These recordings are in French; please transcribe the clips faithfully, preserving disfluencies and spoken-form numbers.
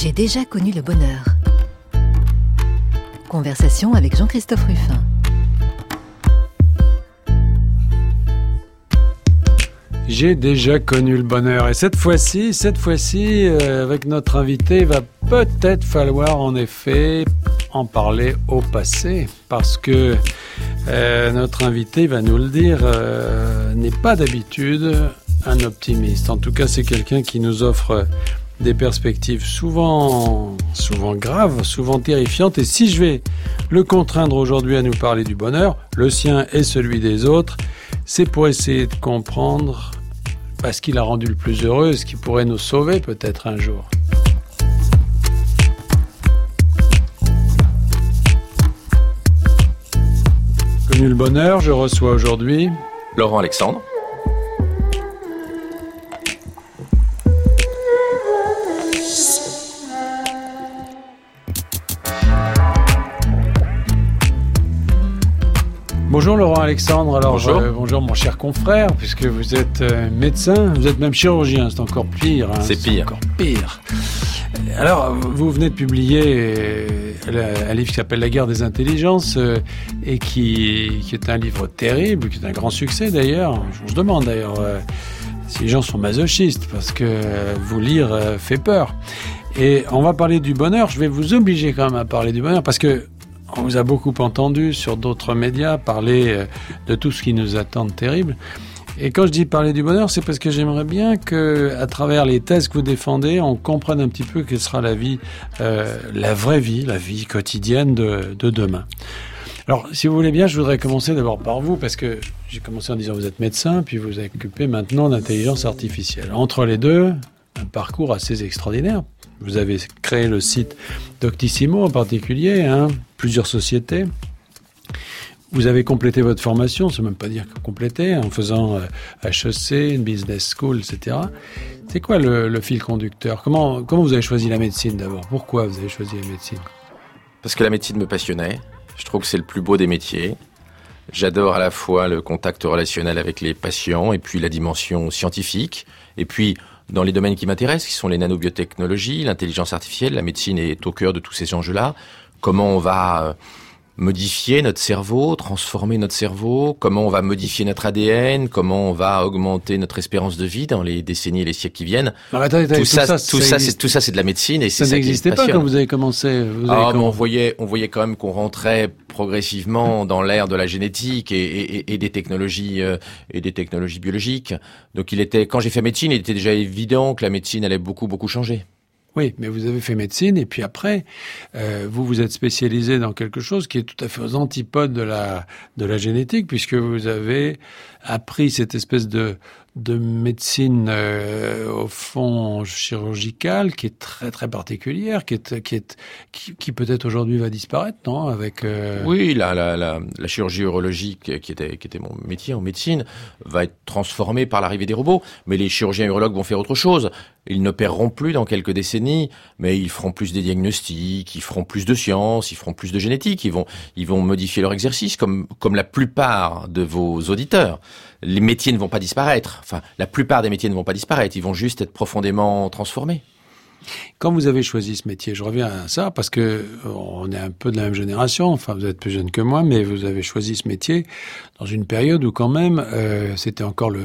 J'ai déjà connu le bonheur. Conversation avec Jean-Christophe Ruffin. J'ai déjà connu le bonheur. Et cette fois-ci, cette fois-ci, euh, avec notre invité, il va peut-être falloir en effet en parler au passé. Parce que euh, notre invité, il va nous le dire, euh, n'est pas d'habitude un optimiste. En tout cas, c'est quelqu'un qui nous offre des perspectives souvent, souvent graves, souvent terrifiantes. Et si je vais le contraindre aujourd'hui à nous parler du bonheur, le sien et celui des autres, c'est pour essayer de comprendre bah, ce qui l'a rendu le plus heureux, ce qui pourrait nous sauver peut-être un jour. Connu le bonheur, je reçois aujourd'hui Laurent Alexandre. Bonjour Laurent Alexandre, alors bonjour. Euh, bonjour mon cher confrère, puisque vous êtes euh, médecin, vous êtes même chirurgien, c'est encore pire. Hein, c'est, c'est pire. encore pire. Alors, vous venez de publier euh, un livre qui s'appelle La guerre des intelligences, euh, et qui, qui est un livre terrible, qui est un grand succès d'ailleurs. Je me demande d'ailleurs euh, si les gens sont masochistes, parce que euh, vous lire euh, fait peur. Et on va parler du bonheur, je vais vous obliger quand même à parler du bonheur, parce que on vous a beaucoup entendu sur d'autres médias parler de tout ce qui nous attend de terrible. Et quand je dis parler du bonheur, c'est parce que j'aimerais bien que, à travers les thèses que vous défendez, on comprenne un petit peu quelle sera la vie, euh, la vraie vie, la vie quotidienne de, de demain. Alors, si vous voulez bien, je voudrais commencer d'abord par vous, parce que j'ai commencé en disant vous êtes médecin, puis vous vous occupez maintenant d'intelligence artificielle. Entre les deux, un parcours assez extraordinaire. Vous avez créé le site Doctissimo en particulier, hein, plusieurs sociétés. Vous avez complété votre formation, c'est même pas dire que compléter, en faisant euh, H E C, une business school, et cetera. C'est quoi le, le fil conducteur ? Comment, comment vous avez choisi la médecine d'abord ? Pourquoi vous avez choisi la médecine ? Parce que la médecine me passionnait. Je trouve que c'est le plus beau des métiers. J'adore à la fois le contact relationnel avec les patients et puis la dimension scientifique. Et puis, dans les domaines qui m'intéressent, qui sont les nanobiotechnologies, l'intelligence artificielle, la médecine est au cœur de tous ces enjeux-là. Comment on va modifier notre cerveau, transformer notre cerveau, comment on va modifier notre A D N, comment on va augmenter notre espérance de vie dans les décennies et les siècles qui viennent. Non, attendez, attendez, tout, tout, ça, ça, tout, ça ça, existe... c'est, tout ça, c'est de la médecine et c'est ça, ça n'existait qui pas passionne. quand vous avez commencé. Vous avez ah, comm... mais on voyait, on voyait quand même qu'on rentrait progressivement dans l'ère de la génétique et, et, et des technologies euh, et des technologies biologiques. Donc, il était, quand j'ai fait médecine, il était déjà évident que la médecine allait beaucoup, beaucoup changer. Oui, mais vous avez fait médecine et puis après, euh, vous vous êtes spécialisé dans quelque chose qui est tout à fait aux antipodes de la de la génétique, puisque vous avez appris cette espèce de de médecine euh, au fond chirurgicale qui est très très particulière, qui est qui est qui, qui peut-être aujourd'hui va disparaître, non ? Avec euh... oui, la, la la la chirurgie urologique qui était qui était mon métier en médecine va être transformée par l'arrivée des robots, mais les chirurgiens urologues vont faire autre chose. Ils n'opéreront plus dans quelques décennies, mais ils feront plus des diagnostics, ils feront plus de sciences, ils feront plus de génétique, ils vont ils vont modifier leur exercice comme comme la plupart de vos auditeurs. Les métiers ne vont pas disparaître. Enfin, la plupart des métiers ne vont pas disparaître. Ils vont juste être profondément transformés. Quand vous avez choisi ce métier, je reviens à ça parce que on est un peu de la même génération. Enfin, vous êtes plus jeune que moi, mais vous avez choisi ce métier dans une période où quand même euh, c'était encore le,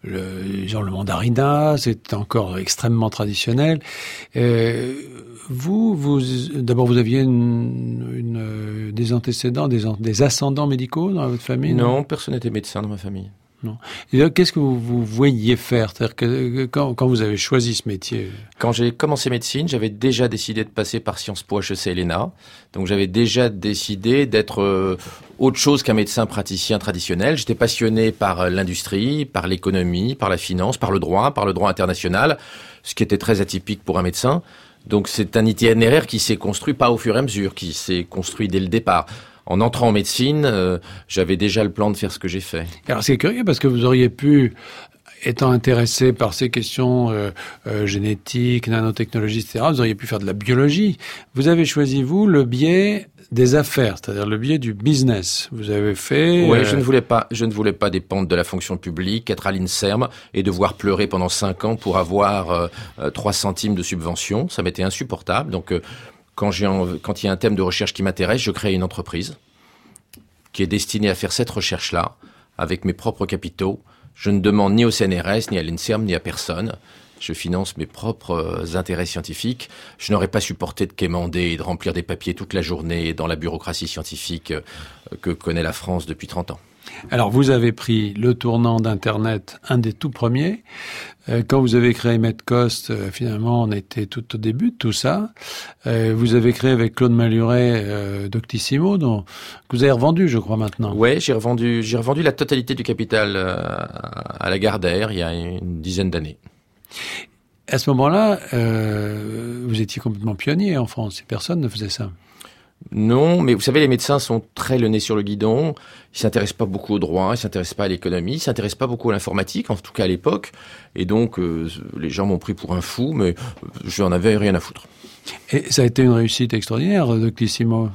le genre le mandarinat, c'était encore extrêmement traditionnel. Euh, vous, vous, d'abord, vous aviez une, une, des antécédents, des, des ascendants médicaux dans votre famille ? Non, non personne n'était médecin dans ma famille. Non. Et là, qu'est-ce que vous, vous voyiez faire ? C'est-à-dire que, que quand, quand vous avez choisi ce métier ? Quand j'ai commencé médecine, j'avais déjà décidé de passer par Sciences Po H E C et l'E N A. Donc j'avais déjà décidé d'être euh, autre chose qu'un médecin praticien traditionnel. J'étais passionné par l'industrie, par l'économie, par la finance, par le droit, par le droit international, ce qui était très atypique pour un médecin. Donc c'est un itinéraire qui s'est construit pas au fur et à mesure, qui s'est construit dès le départ. En entrant en médecine, euh, j'avais déjà le plan de faire ce que j'ai fait. Alors c'est curieux parce que vous auriez pu étant intéressé par ces questions euh, euh, génétiques, nanotechnologie, et cetera, vous auriez pu faire de la biologie. Vous avez choisi, vous, le biais des affaires, c'est-à-dire le biais du business. Vous avez fait... Oui, euh... je ne voulais pas, je ne voulais pas dépendre de la fonction publique, être à l'INSERM et devoir pleurer pendant cinq ans pour avoir euh, trois centimes de subvention. Ça m'était insupportable. Donc, euh, quand j'ai, en... quand il y a un thème de recherche qui m'intéresse, je crée une entreprise qui est destinée à faire cette recherche-là avec mes propres capitaux. Je ne demande ni au C N R S, ni à l'INSERM, ni à personne. Je finance mes propres intérêts scientifiques. Je n'aurais pas supporté de quémander et de remplir des papiers toute la journée dans la bureaucratie scientifique que connaît la France depuis trente ans. Alors, vous avez pris le tournant d'Internet, un des tout premiers. Quand vous avez créé Medcost, finalement, on était tout au début de tout ça. Vous avez créé avec Claude Maluret euh, Doctissimo, dont que vous avez revendu, je crois, maintenant. Ouais, j'ai revendu, j'ai revendu la totalité du capital euh, à Lagardère il y a une dizaine d'années. À ce moment-là, euh, vous étiez complètement pionnier en France. Personne ne faisait ça. Non, mais vous savez, les médecins sont très le nez sur le guidon. Ils s'intéressent pas beaucoup au droit, ils s'intéressent pas à l'économie, ils s'intéressent pas beaucoup à l'informatique, en tout cas à l'époque. Et donc, euh, les gens m'ont pris pour un fou, mais je n'en avais rien à foutre. Et ça a été une réussite extraordinaire, Doctissimo.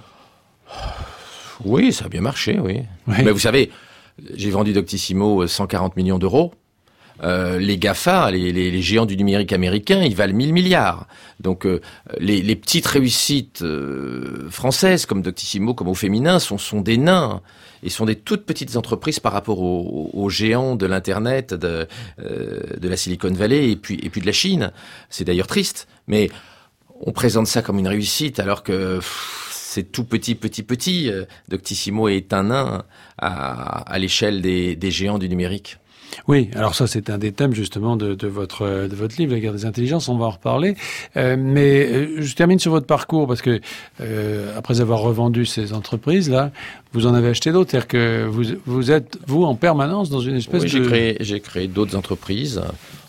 Oui, ça a bien marché, oui. oui. Mais vous savez, j'ai vendu Doctissimo cent quarante millions d'euros. Euh, les GAFA, les, les, les géants du numérique américain, ils valent mille milliards. Donc euh, les, les petites réussites euh, françaises, comme Doctissimo, comme au féminin, sont, sont des nains. Et sont des toutes petites entreprises par rapport aux, aux géants de l'Internet, de, euh, de la Silicon Valley et puis, et puis de la Chine. C'est d'ailleurs triste, mais on présente ça comme une réussite alors que pff, c'est tout petit, petit, petit. Doctissimo est un nain à, à l'échelle des, des géants du numérique. Oui, alors ça c'est un des thèmes justement de, de votre de votre livre, La guerre des intelligences. On va en reparler, euh, mais euh, je termine sur votre parcours parce que euh, après avoir revendu ces entreprises là, vous en avez acheté d'autres. C'est-à-dire que vous vous êtes vous en permanence dans une espèce oui, de... j'ai créé j'ai créé d'autres entreprises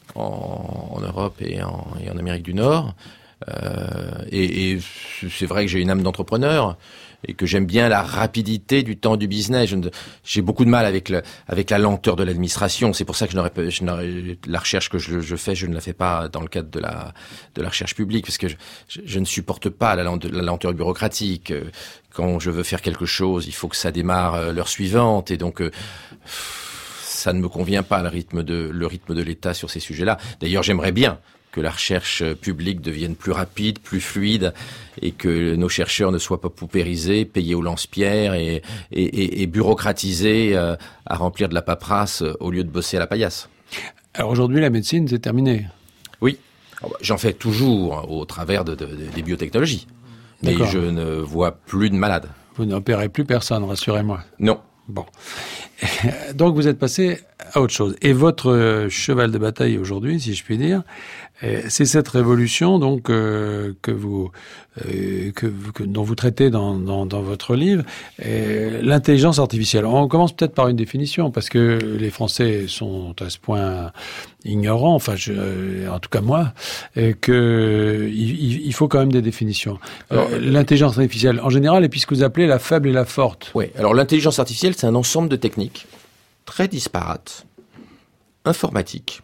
en, en Europe et en, et en Amérique du Nord. Euh, et, et c'est vrai que j'ai une âme d'entrepreneur et que j'aime bien la rapidité du temps du business. Je ne, j'ai beaucoup de mal avec le, avec la lenteur de l'administration. C'est pour ça que je n'aurais pas, je n'aurais, la recherche que je, je fais, je ne la fais pas dans le cadre de la, de la recherche publique, parce que je, je, je ne supporte pas la, la lenteur bureaucratique. Quand je veux faire quelque chose, il faut que ça démarre l'heure suivante, et donc ça ne me convient pas le rythme de, le rythme de l'État sur ces sujets-là. D'ailleurs, j'aimerais bien que la recherche publique devienne plus rapide, plus fluide, et que nos chercheurs ne soient pas paupérisés, payés au lance-pierre et, et, et, et bureaucratisés euh, à remplir de la paperasse au lieu de bosser à la paillasse. Alors aujourd'hui, la médecine, c'est terminé. Oui, j'en fais toujours au travers de, de, de, des biotechnologies, mais D'accord. je ne vois plus de malades. Vous n'opérez plus personne, rassurez-moi. Non. Bon. Donc vous êtes passé à autre chose. Et votre cheval de bataille aujourd'hui, si je puis dire, c'est cette révolution donc euh, que vous euh, que, que dont vous traitez dans dans, dans votre livre, euh, l'intelligence artificielle. On commence peut-être par une définition parce que les Français sont à ce point ignorants, enfin je, en tout cas moi, que il, il faut quand même des définitions. Alors, euh, l'intelligence artificielle en général, et puis ce que vous appelez la faible et la forte. Oui. Alors l'intelligence artificielle, c'est un ensemble de techniques très disparates, informatiques,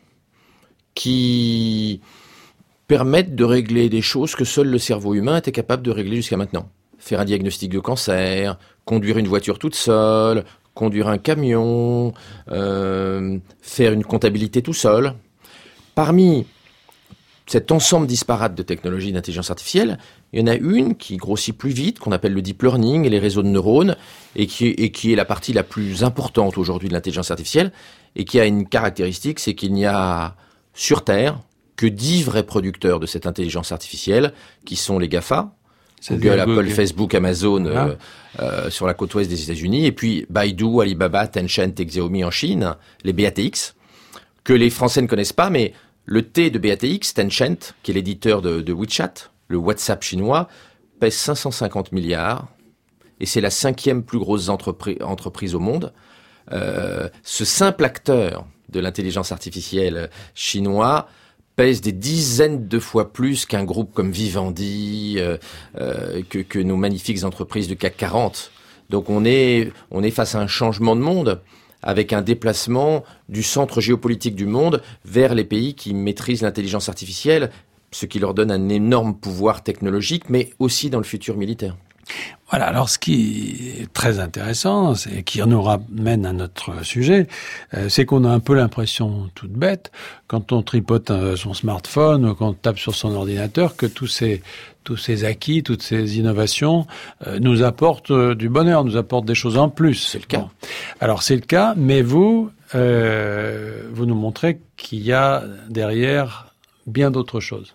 qui permettent de régler des choses que seul le cerveau humain était capable de régler jusqu'à maintenant. Faire un diagnostic de cancer, conduire une voiture toute seule, conduire un camion, euh, faire une comptabilité tout seul. Parmi cet ensemble disparate de technologies d'intelligence artificielle, il y en a une qui grossit plus vite, qu'on appelle le deep learning et les réseaux de neurones, et qui, et qui est la partie la plus importante aujourd'hui de l'intelligence artificielle, et qui a une caractéristique, c'est qu'il n'y a sur Terre que dix vrais producteurs de cette intelligence artificielle, qui sont les GAFA, Google, Apple, Google. Facebook, Amazon, ah. euh, euh, sur la côte ouest des États-Unis, et puis Baidu, Alibaba, Tencent et Xiaomi en Chine, les B A T X, que les Français ne connaissent pas, mais le T de B A T X, Tencent, qui est l'éditeur de, de WeChat, le WhatsApp chinois, pèse cinq cent cinquante milliards, et c'est la cinquième plus grosse entreprise, entreprise au monde. Euh, ce simple acteur de l'intelligence artificielle chinois pèse des dizaines de fois plus qu'un groupe comme Vivendi, euh, euh, que, que nos magnifiques entreprises du C A C quarante. Donc on est, on est face à un changement de monde avec un déplacement du centre géopolitique du monde vers les pays qui maîtrisent l'intelligence artificielle, ce qui leur donne un énorme pouvoir technologique, mais aussi dans le futur militaire. Voilà, alors ce qui est très intéressant, et qui nous ramène à notre sujet, euh, c'est qu'on a un peu l'impression toute bête, quand on tripote euh, son smartphone, ou quand on tape sur son ordinateur, que tous ces tous ces acquis, toutes ces innovations euh, nous apportent euh, du bonheur, nous apportent des choses en plus. C'est le cas. Bon. Alors c'est le cas, mais vous, euh, vous nous montrez qu'il y a derrière bien d'autres choses.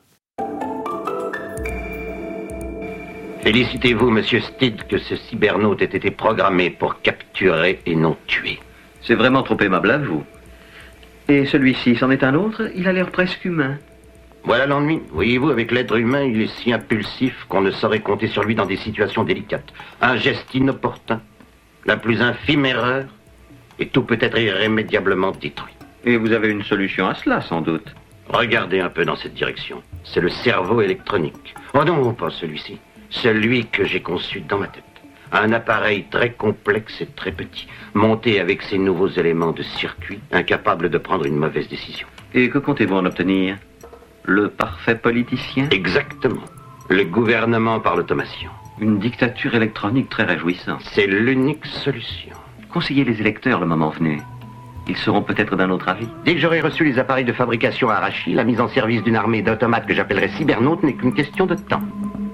Félicitez-vous, Monsieur Steed, que ce cybernaute ait été programmé pour capturer et non tuer. C'est vraiment trop aimable à vous. Et celui-ci, c'en est un autre? Il a l'air presque humain. Voilà l'ennui. Voyez-vous, avec l'être humain, il est si impulsif qu'on ne saurait compter sur lui dans des situations délicates. Un geste inopportun, la plus infime erreur, et tout peut être irrémédiablement détruit. Et vous avez une solution à cela, sans doute. Regardez un peu dans cette direction. C'est le cerveau électronique. Oh non, pas celui-ci. Celui que j'ai conçu dans ma tête. Un appareil très complexe et très petit, monté avec ces nouveaux éléments de circuit, incapable de prendre une mauvaise décision. Et que comptez-vous en obtenir? Le parfait politicien? Exactement. Le gouvernement par l'automation. Une dictature électronique très réjouissante. C'est l'unique solution. Conseillez les électeurs le moment venu. Ils seront peut-être d'un autre avis. Dès que j'aurai reçu les appareils de fabrication Arashi, la mise en service d'une armée d'automates que j'appellerai cybernautes n'est qu'une question de temps.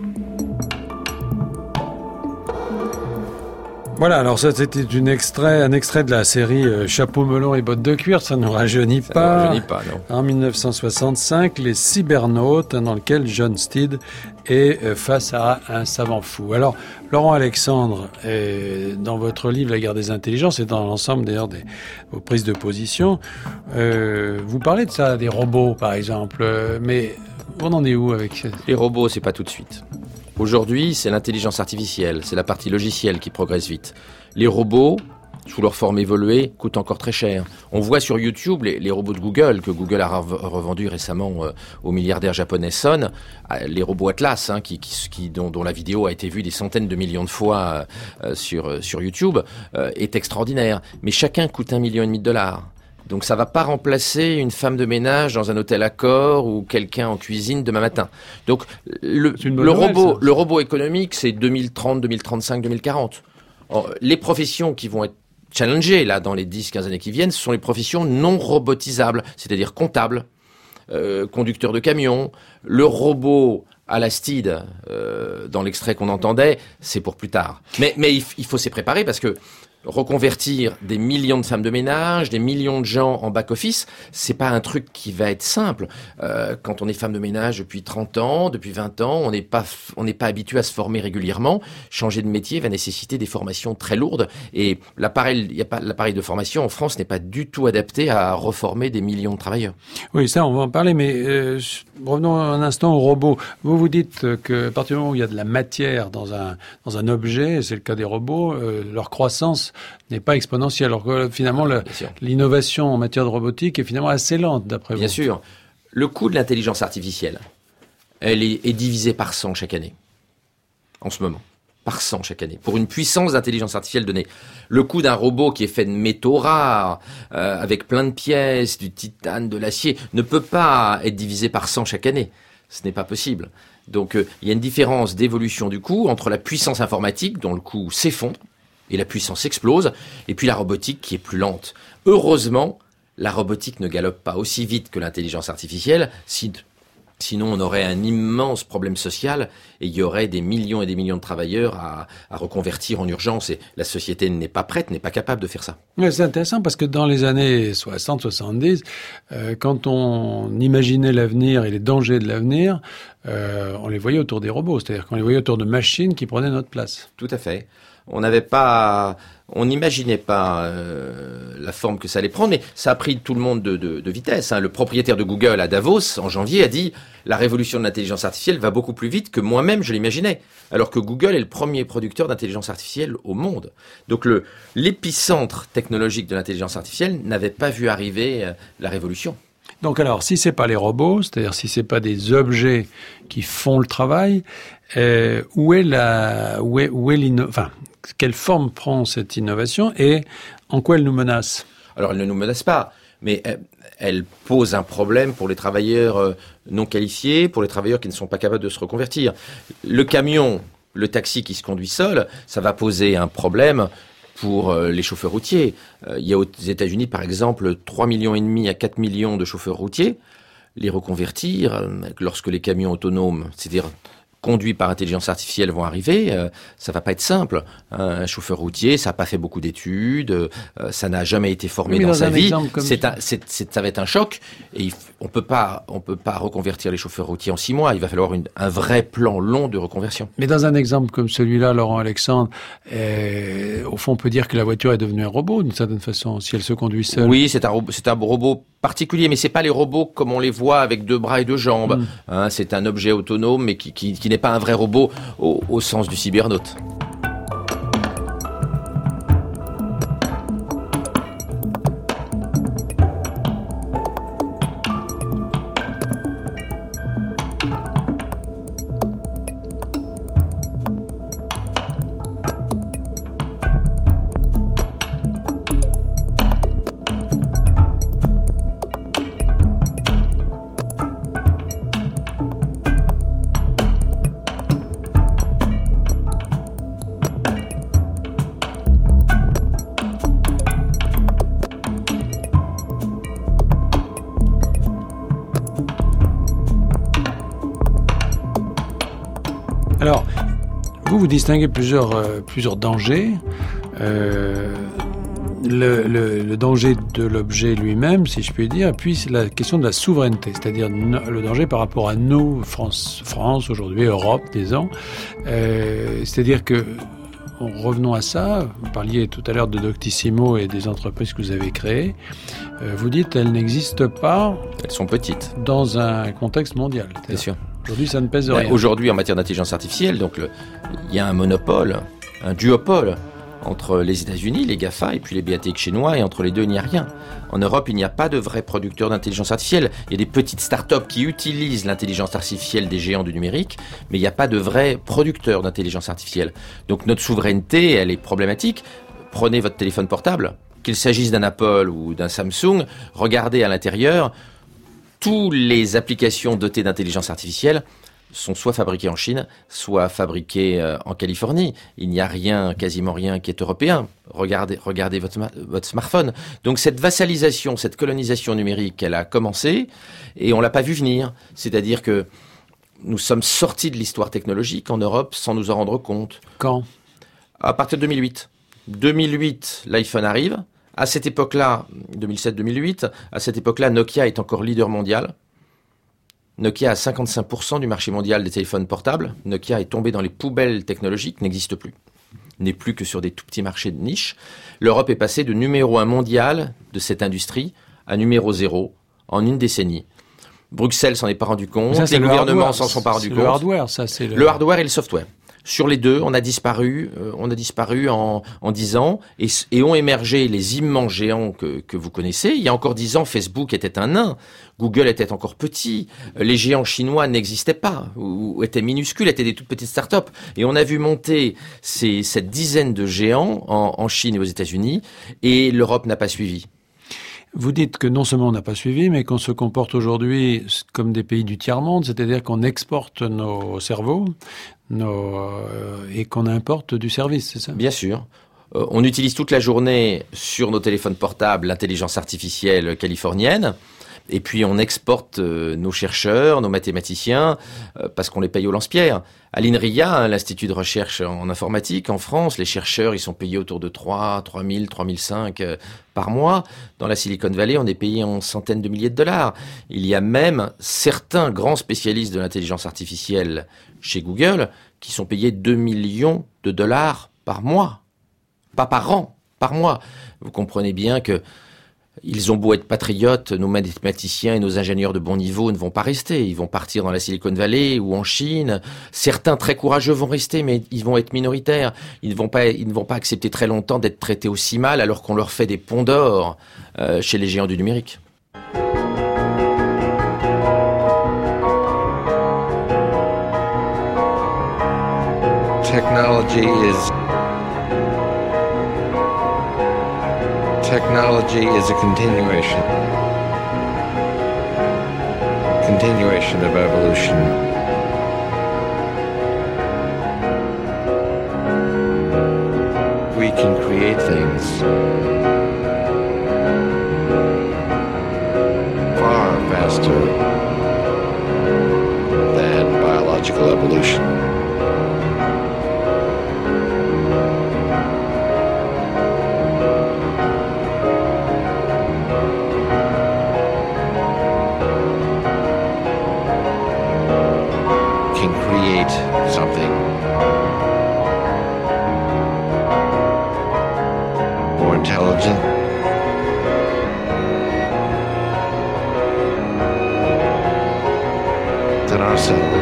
Voilà, alors ça c'était une extrait, un extrait de la série euh, Chapeau melon et bottes de cuir, ça ne nous rajeunit Ça pas. ne rajeunit pas, non. En dix-neuf cent soixante-cinq, les cybernautes, dans lequel John Steed est euh, face à un savant fou. Alors, Laurent Alexandre, euh, dans votre livre La guerre des intelligences et dans l'ensemble d'ailleurs des vos prises de position, euh, vous parlez de ça, des robots par exemple, euh, mais on en est où avec ça? Les robots, c'est pas tout de suite. Aujourd'hui, c'est l'intelligence artificielle, c'est la partie logicielle qui progresse vite. Les robots, sous leur forme évoluée, coûtent encore très cher. On voit sur YouTube les, les robots de Google, que Google a revendus récemment euh, au milliardaire japonais Son, euh, les robots Atlas, hein, qui, qui, qui, dont, dont la vidéo a été vue des centaines de millions de fois euh, sur, euh, sur YouTube, euh, est extraordinaire. Mais chacun coûte un million et demi de dollars. Donc ça va pas remplacer une femme de ménage dans un hôtel Accor ou quelqu'un en cuisine demain matin. Donc le, le nouvelle, robot, ça. le robot économique, c'est deux mille trente, deux mille trente-cinq, deux mille quarante. Or, les professions qui vont être challengées là dans les dix, quinze années qui viennent, ce sont les professions non robotisables, c'est-à-dire comptables, euh, conducteurs de camions. Le robot à la Steed, euh, dans l'extrait qu'on entendait, c'est pour plus tard. Mais, mais il, il faut s'y préparer parce que reconvertir des millions de femmes de ménage, des millions de gens en back-office, c'est pas un truc qui va être simple. Euh, quand on est femme de ménage depuis trente ans, depuis vingt ans, on n'est pas, on n'est pas habitué à se former régulièrement. Changer de métier va nécessiter des formations très lourdes. Et l'appareil, il y a pas, l'appareil de formation en France n'est pas du tout adapté à reformer des millions de travailleurs. Oui, ça, on va en parler, mais euh, revenons un instant au robot. Vous vous dites que à partir du moment où il y a de la matière dans un, dans un objet, c'est le cas des robots, euh, leur croissance n'est pas exponentielle. Alors que finalement, le, l'innovation en matière de robotique est finalement assez lente, d'après vous. Bien sûr. Le coût de l'intelligence artificielle, elle est, est divisée par cent chaque année, en ce moment. Par cent chaque année. Pour une puissance d'intelligence artificielle donnée. Le coût d'un robot qui est fait de métaux rares, euh, avec plein de pièces, du titane, de l'acier, ne peut pas être divisé par cent chaque année. Ce n'est pas possible. Donc, euh, il y a une différence d'évolution du coût entre la puissance informatique, dont le coût s'effondre, et la puissance explose, et puis la robotique qui est plus lente. Heureusement, la robotique ne galope pas aussi vite que l'intelligence artificielle, si, sinon on aurait un immense problème social, et il y aurait des millions et des millions de travailleurs à, à reconvertir en urgence, et la société n'est pas prête, n'est pas capable de faire ça. Ouais, c'est intéressant parce que dans les années soixante soixante-dix, euh, quand on imaginait l'avenir et les dangers de l'avenir, euh, on les voyait autour des robots, c'est-à-dire qu'on les voyait autour de machines qui prenaient notre place. Tout à fait. On n'avait pas, on n'imaginait pas euh, la forme que ça allait prendre, mais ça a pris tout le monde de, de, de vitesse. Hein. Le propriétaire de Google à Davos, en janvier, a dit « La révolution de l'intelligence artificielle va beaucoup plus vite que moi-même je l'imaginais ». Alors que Google est le premier producteur d'intelligence artificielle au monde. Donc le, l'épicentre technologique de l'intelligence artificielle n'avait pas vu arriver euh, la révolution. Donc alors, si c'est pas les robots, c'est-à-dire si c'est pas des objets qui font le travail, euh, où est la, où est, où est l'inno... enfin, quelle forme prend cette innovation et en quoi elle nous menace? Alors, elle ne nous menace pas, mais elle, elle pose un problème pour les travailleurs non qualifiés, pour les travailleurs qui ne sont pas capables de se reconvertir. Le camion, le taxi qui se conduit seul, ça va poser un problème pour les chauffeurs routiers. Il y a aux États-Unis, par exemple, trois millions et demi à quatre millions de chauffeurs routiers. Les reconvertir, lorsque les camions autonomes, c'est-à-dire conduits par intelligence artificielle, vont arriver, euh, ça va pas être simple. Un chauffeur routier, ça n'a pas fait beaucoup d'études, euh, ça n'a jamais été formé oui, dans, dans sa vie. C'est un, c'est, c'est, ça va être un choc. Et il, on peut pas, on peut pas reconvertir les chauffeurs routiers en six mois. Il va falloir une, un vrai plan long de reconversion. Mais dans un exemple comme celui-là, Laurent Alexandre, euh, au fond, on peut dire que la voiture est devenue un robot d'une certaine façon, si elle se conduit seule. Oui, c'est un robot, c'est un robot particulier, mais c'est pas les robots comme on les voit avec deux bras et deux jambes. Mmh. Hein, c'est un objet autonome, mais qui, qui, qui n'est pas un vrai robot au, au sens du cybernaute. Alors, vous, vous distinguez plusieurs, euh, plusieurs dangers. Euh, le, le, le danger de l'objet lui-même, si je puis dire, et puis c'est la question de la souveraineté, c'est-à-dire le danger par rapport à nous, France, France aujourd'hui, Europe, disons. Euh, c'est-à-dire que, revenons à ça, vous parliez tout à l'heure de Doctissimo et des entreprises que vous avez créées. Euh, vous dites qu'elles n'existent pas... Elles sont petites. Dans un contexte mondial. Bien sûr. Aujourd'hui, ça ne pèse ben, rien. Aujourd'hui, en matière d'intelligence artificielle, donc le, il y a un monopole, un duopole entre les États-Unis, les GAFA, et puis les B A T X chinois, et entre les deux, il n'y a rien. En Europe, il n'y a pas de vrais producteurs d'intelligence artificielle. Il y a des petites start-up qui utilisent l'intelligence artificielle des géants du numérique, mais il n'y a pas de vrais producteurs d'intelligence artificielle. Donc notre souveraineté, elle est problématique. Prenez votre téléphone portable, qu'il s'agisse d'un Apple ou d'un Samsung, regardez à l'intérieur, toutes les applications dotées d'intelligence artificielle sont soit fabriquées en Chine, soit fabriquées euh, en Californie. Il n'y a rien, quasiment rien qui est européen. Regardez, regardez votre, votre smartphone. Donc cette vassalisation, cette colonisation numérique, elle a commencé et on l'a pas vu venir. C'est-à-dire que nous sommes sortis de l'histoire technologique en Europe sans nous en rendre compte. Quand ? À partir de deux mille huit. deux mille huit, l'iPhone arrive. À cette époque-là, deux mille sept deux mille huit, à cette époque-là, Nokia est encore leader mondial. Nokia a cinquante-cinq pour cent du marché mondial des téléphones portables. Nokia est tombé dans les poubelles technologiques, n'existe plus. N'est plus que sur des tout petits marchés de niche. L'Europe est passée de numéro un mondial de cette industrie à numéro zéro en une décennie. Bruxelles s'en est pas rendu compte, ça, les gouvernements s'en sont pas rendus compte. Le hardware, ça c'est le... le hardware et le software. Sur les deux, on a disparu, euh, on a disparu en, en dix ans et, et ont émergé les immenses géants que, que vous connaissez. Il y a encore dix ans, Facebook était un nain, Google était encore petit, les géants chinois n'existaient pas, ou, ou étaient minuscules, étaient des toutes petites startups. Et on a vu monter ces, cette dizaine de géants en, en Chine et aux États-Unis, et l'Europe n'a pas suivi. Vous dites que non seulement on n'a pas suivi, mais qu'on se comporte aujourd'hui comme des pays du tiers-monde, c'est-à-dire qu'on exporte nos cerveaux nos, euh, et qu'on importe du service, c'est ça ? Bien sûr. Euh, on utilise toute la journée sur nos téléphones portables l'intelligence artificielle californienne. Et puis on exporte euh, nos chercheurs, nos mathématiciens, euh, parce qu'on les paye au lance-pierre. À l'INRIA, hein, l'Institut de recherche en informatique, en France, les chercheurs, ils sont payés autour de trois, trois mille, trois mille cinq euh, par mois. Dans la Silicon Valley, on est payé en centaines de milliers de dollars. Il y a même certains grands spécialistes de l'intelligence artificielle chez Google qui sont payés deux millions de dollars par mois. Pas par an, par mois. Vous comprenez bien que ils ont beau être patriotes, nos mathématiciens et nos ingénieurs de bon niveau ne vont pas rester. Ils vont partir dans la Silicon Valley ou en Chine. Certains très courageux vont rester, mais ils vont être minoritaires. Ils ne vont pas, ils ne vont pas accepter très longtemps d'être traités aussi mal alors qu'on leur fait des ponts d'or euh, chez les géants du numérique. Technology is technology is a continuation continuation of evolution. We can create things far faster than biological evolution. Can create something more intelligent than ourselves.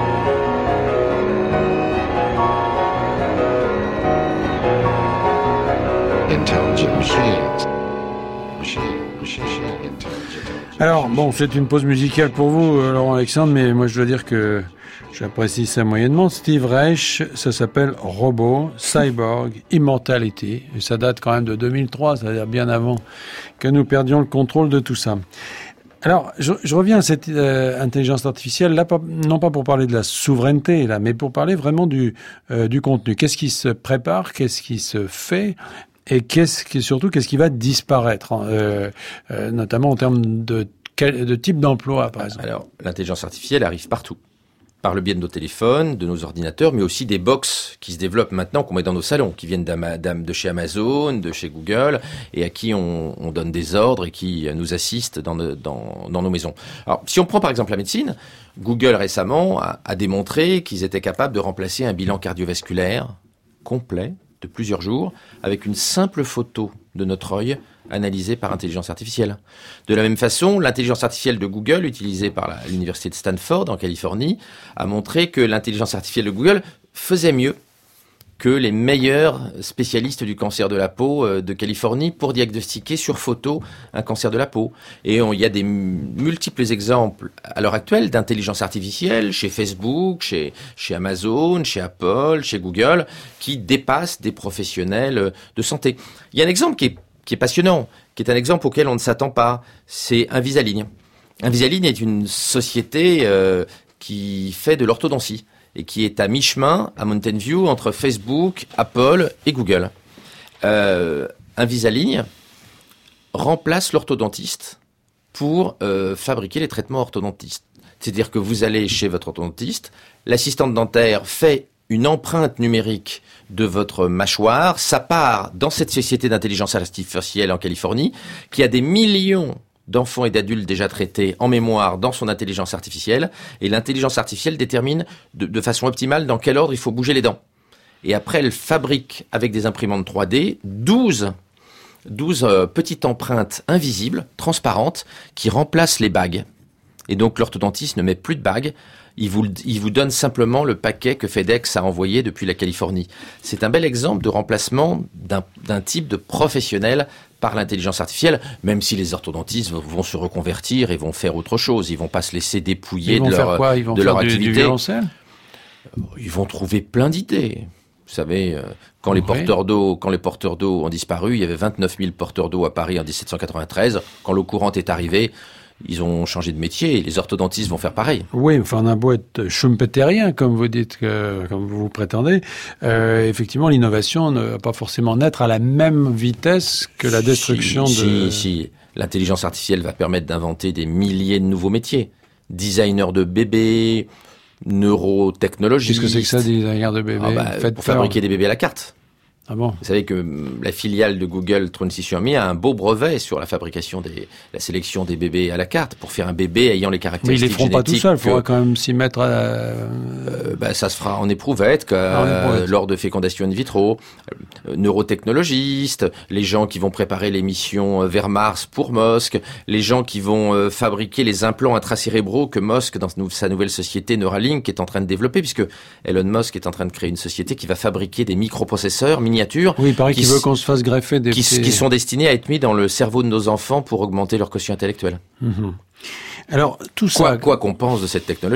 Intelligent machines. Machine, machine, intelligent. Alors, bon, c'est une pause musicale pour vous, euh, Laurent Alexandre, mais moi je dois dire que j'apprécie ça moyennement. Steve Reich, ça s'appelle Robot, Cyborg, Immortality, et ça date quand même de deux mille trois, c'est-à-dire bien avant que nous perdions le contrôle de tout ça. Alors, je, je reviens à cette euh, intelligence artificielle, là, pas, non pas pour parler de la souveraineté, là, mais pour parler vraiment du, euh, du contenu. Qu'est-ce qui se prépare, qu'est-ce qui se fait, et qu'est-ce qui, surtout, qu'est-ce qui va disparaître, hein, euh, euh, notamment en termes de, de type d'emploi, par exemple. Alors, l'intelligence artificielle arrive partout. Par le biais de nos téléphones, de nos ordinateurs, mais aussi des box qui se développent maintenant, qu'on met dans nos salons, qui viennent de chez Amazon, de chez Google, et à qui on, on donne des ordres et qui nous assistent dans, de, dans, dans nos maisons. Alors, si on prend par exemple la médecine, Google récemment a, a démontré qu'ils étaient capables de remplacer un bilan cardiovasculaire complet de plusieurs jours avec une simple photo de notre œil analysée par intelligence artificielle. De la même façon, l'intelligence artificielle de Google, utilisée par la, l'université de Stanford en Californie, a montré que l'intelligence artificielle de Google faisait mieux que les meilleurs spécialistes du cancer de la peau euh, de Californie pour diagnostiquer sur photo un cancer de la peau. Et il y a des m- multiples exemples à l'heure actuelle d'intelligence artificielle chez Facebook, chez, chez Amazon, chez Apple, chez Google, qui dépassent des professionnels de santé. Il y a un exemple qui est qui est passionnant, qui est un exemple auquel on ne s'attend pas, c'est Invisalign. Invisalign est une société euh, qui fait de l'orthodontie et qui est à mi-chemin, à Mountain View, entre Facebook, Apple et Google. Euh, Invisalign remplace l'orthodontiste pour euh, fabriquer les traitements orthodontistes. C'est-à-dire que vous allez chez votre orthodontiste, l'assistante dentaire fait une empreinte numérique de votre mâchoire, ça part dans cette société d'intelligence artificielle en Californie, qui a des millions d'enfants et d'adultes déjà traités en mémoire dans son intelligence artificielle, et l'intelligence artificielle détermine de, de façon optimale dans quel ordre il faut bouger les dents. Et après, elle fabrique avec des imprimantes trois D douze, douze euh, petites empreintes invisibles, transparentes, qui remplacent les bagues. Et donc l'orthodontiste ne met plus de bagues, il vous, il vous donne simplement le paquet que FedEx a envoyé depuis la Californie. C'est un bel exemple de remplacement d'un, d'un type de professionnel par l'intelligence artificielle, même si les orthodontistes vont se reconvertir et vont faire autre chose. Ils vont pas se laisser dépouiller de leur, quoi Ils vont de faire leur du, activité. Du violoncelle ? Ils vont trouver plein d'idées. Vous savez, quand les oui. porteurs d'eau, quand les porteurs d'eau ont disparu, il y avait vingt-neuf mille porteurs d'eau à Paris en dix-sept cent quatre-vingt-treize. Quand l'eau courante est arrivée, ils ont changé de métier et les orthodontistes vont faire pareil. Oui, enfin, on a beau être schumpeterien, comme vous dites, que, comme vous vous prétendez, euh, effectivement, l'innovation ne va pas forcément naître à la même vitesse que la destruction si, de... Si, si. L'intelligence artificielle va permettre d'inventer des milliers de nouveaux métiers. Designer de bébés, neurotechnologistes. Qu'est-ce que c'est que ça, designer de bébés? Ah bah, Pour peur. fabriquer des bébés à la carte. Ah bon? Vous savez que la filiale de Google, Transition Me, a un beau brevet sur la fabrication des, la sélection des bébés à la carte pour faire un bébé ayant les caractéristiques génétiques. Mais ils les feront pas tout seuls, il faudra que, quand même s'y mettre à... Euh, bah, ça se fera en éprouvette, que, ah, en éprouvette. Euh, lors de fécondation in vitro. Euh, neurotechnologistes, les gens qui vont préparer les missions vers Mars pour Musk, les gens qui vont euh, fabriquer les implants intracérébraux que Musk, dans sa nouvelle société Neuralink, est en train de développer, puisque Elon Musk est en train de créer une société qui va fabriquer des microprocesseurs miniatures. Oui, il paraît qu'il veut qu'on se fasse greffer des qui, petits... qui sont destinés à être mis dans le cerveau de nos enfants pour augmenter leur quotient intellectuel. Mmh. Alors, tout quoi, ça... Quoi qu'on pense de cette technologie.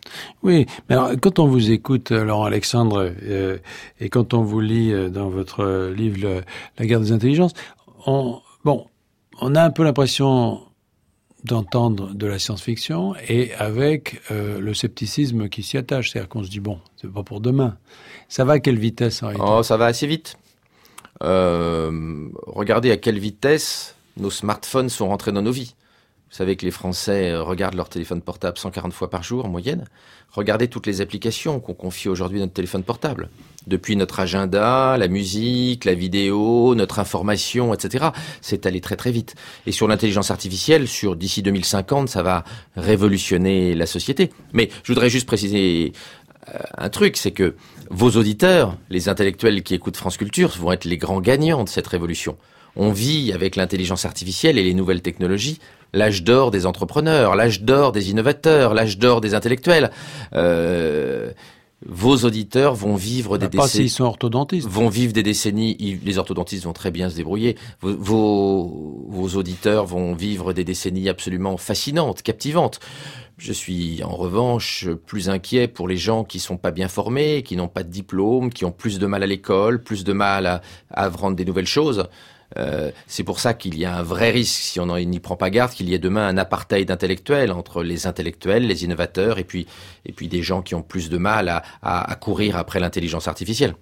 Oui, mais alors, quand on vous écoute, Laurent Alexandre, euh, et quand on vous lit euh, dans votre euh, livre le, La guerre des intelligences, on, bon, on a un peu l'impression d'entendre de la science-fiction et avec euh, le scepticisme qui s'y attache. C'est-à-dire qu'on se dit, bon, c'est pas pour demain. Ça va à quelle vitesse en réalité ? Oh, ça va assez vite. Euh, regardez à quelle vitesse nos smartphones sont rentrés dans nos vies. Vous savez que les Français regardent leur téléphone portable cent quarante fois par jour en moyenne. Regardez toutes les applications qu'on confie aujourd'hui à notre téléphone portable. Depuis notre agenda, la musique, la vidéo, notre information, et cetera. C'est allé très très vite. Et sur l'intelligence artificielle, sur d'ici deux mille cinquante, ça va révolutionner la société. Mais je voudrais juste préciser euh, un truc, c'est que vos auditeurs, les intellectuels qui écoutent France Culture, vont être les grands gagnants de cette révolution. On vit avec l'intelligence artificielle et les nouvelles technologies l'âge d'or des entrepreneurs, l'âge d'or des innovateurs, l'âge d'or des intellectuels. Euh, vos auditeurs vont vivre des décennies. Pas s'ils décennies. sont orthodontistes. Vont vivre des décennies. Les orthodontistes vont très bien se débrouiller. Vos, vos, vos auditeurs vont vivre des décennies absolument fascinantes, captivantes. Je suis en revanche plus inquiet pour les gens qui sont pas bien formés, qui n'ont pas de diplôme, qui ont plus de mal à l'école, plus de mal à, à apprendre des nouvelles choses. Euh, c'est pour ça qu'il y a un vrai risque, si on n'y prend pas garde, qu'il y ait demain un apartheid intellectuel entre les intellectuels, les innovateurs et puis, et puis des gens qui ont plus de mal à, à, à courir après l'intelligence artificielle.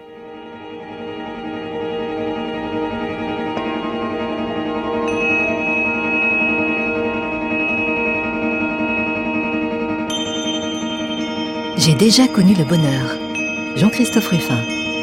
J'ai déjà connu le bonheur. Jean-Christophe Ruffin.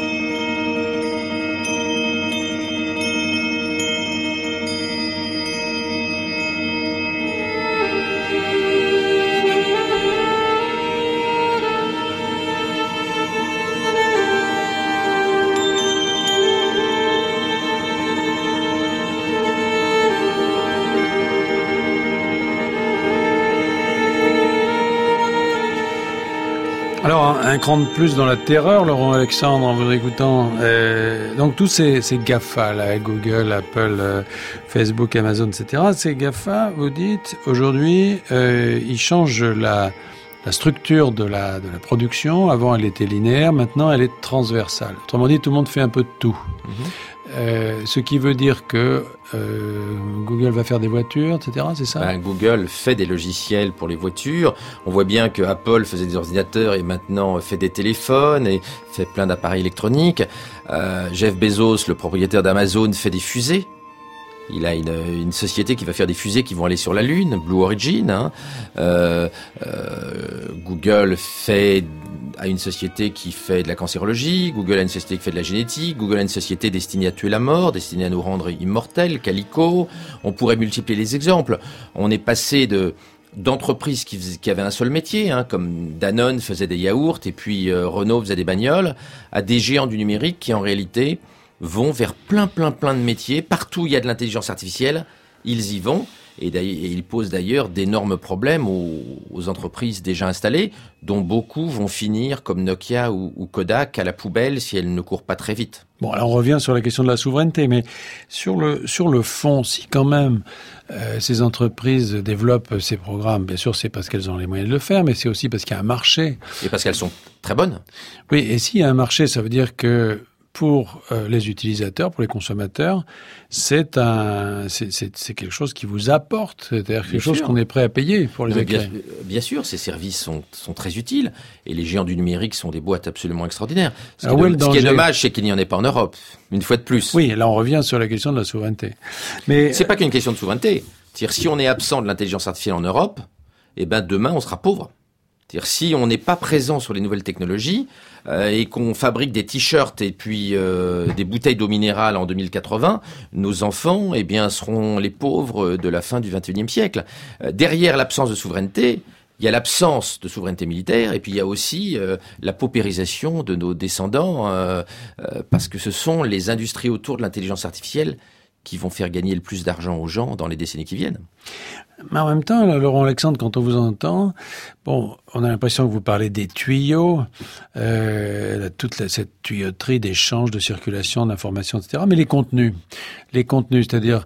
Alors, un, un cran de plus dans la terreur, Laurent Alexandre, en vous écoutant. Euh, donc, tous ces, ces GAFA, là, Google, Apple, euh, Facebook, Amazon, et cetera, ces GAFA, vous dites, aujourd'hui, euh, ils changent la, la structure de la, de la production. Avant, elle était linéaire, maintenant, elle est transversale. Autrement dit, tout le monde fait un peu de tout. Mm-hmm. Euh, ce qui veut dire que euh, Google va faire des voitures, et cetera, c'est ça ? Ben, Google fait des logiciels pour les voitures. On voit bien que Apple faisait des ordinateurs et maintenant fait des téléphones et fait plein d'appareils électroniques. Euh, Jeff Bezos, le propriétaire d'Amazon, fait des fusées. Il a une, une société qui va faire des fusées qui vont aller sur la Lune, Blue Origin. Hein. Euh, euh, Google fait a une société qui fait de la cancérologie, Google a une société qui fait de la génétique, Google a une société destinée à tuer la mort, destinée à nous rendre immortels, Calico. On pourrait multiplier les exemples. On est passé de d'entreprises qui, fais, qui avaient un seul métier, hein, comme Danone faisait des yaourts et puis euh, Renault faisait des bagnoles, à des géants du numérique qui en réalité vont vers plein, plein, plein de métiers. Partout où il y a de l'intelligence artificielle, ils y vont. Et, et ils posent d'ailleurs d'énormes problèmes aux, aux entreprises déjà installées, dont beaucoup vont finir, comme Nokia ou, ou Kodak, à la poubelle si elles ne courent pas très vite. Bon, alors on revient sur la question de la souveraineté, mais sur le sur le fond, si quand même euh, ces entreprises développent ces programmes, bien sûr c'est parce qu'elles ont les moyens de le faire, mais c'est aussi parce qu'il y a un marché. Et parce qu'elles sont très bonnes. Oui, et s'il y a un marché, ça veut dire que pour euh, les utilisateurs, pour les consommateurs, c'est un, c'est, c'est, c'est quelque chose qui vous apporte, c'est-à-dire quelque bien chose sûr. Qu'on est prêt à payer pour les acquérir. Bien, bien sûr, ces services sont, sont très utiles et les géants du numérique sont des boîtes absolument extraordinaires. Ce, qui, est, ce qui est dommage, c'est qu'il n'y en ait pas en Europe, une fois de plus. Oui, là on revient sur la question de la souveraineté. Mais c'est pas qu'une question de souveraineté. C'est-à-dire, si on est absent de l'intelligence artificielle en Europe, eh ben demain on sera pauvre. C'est-à-dire, si on n'est pas présent sur les nouvelles technologies euh, et qu'on fabrique des t-shirts et puis euh, des bouteilles d'eau minérale en deux mille quatre-vingts, nos enfants, eh bien, seront les pauvres de la fin du vingt et unième siècle. Euh, derrière l'absence de souveraineté, il y a l'absence de souveraineté militaire et puis il y a aussi euh, la paupérisation de nos descendants euh, euh, parce que ce sont les industries autour de l'intelligence artificielle qui vont faire gagner le plus d'argent aux gens dans les décennies qui viennent. Mais en même temps, là, Laurent Alexandre, quand on vous entend, bon, on a l'impression que vous parlez des tuyaux, euh, toute la, cette tuyauterie d'échange, de circulation, d'informations, et cetera. Mais les contenus, les contenus, c'est-à-dire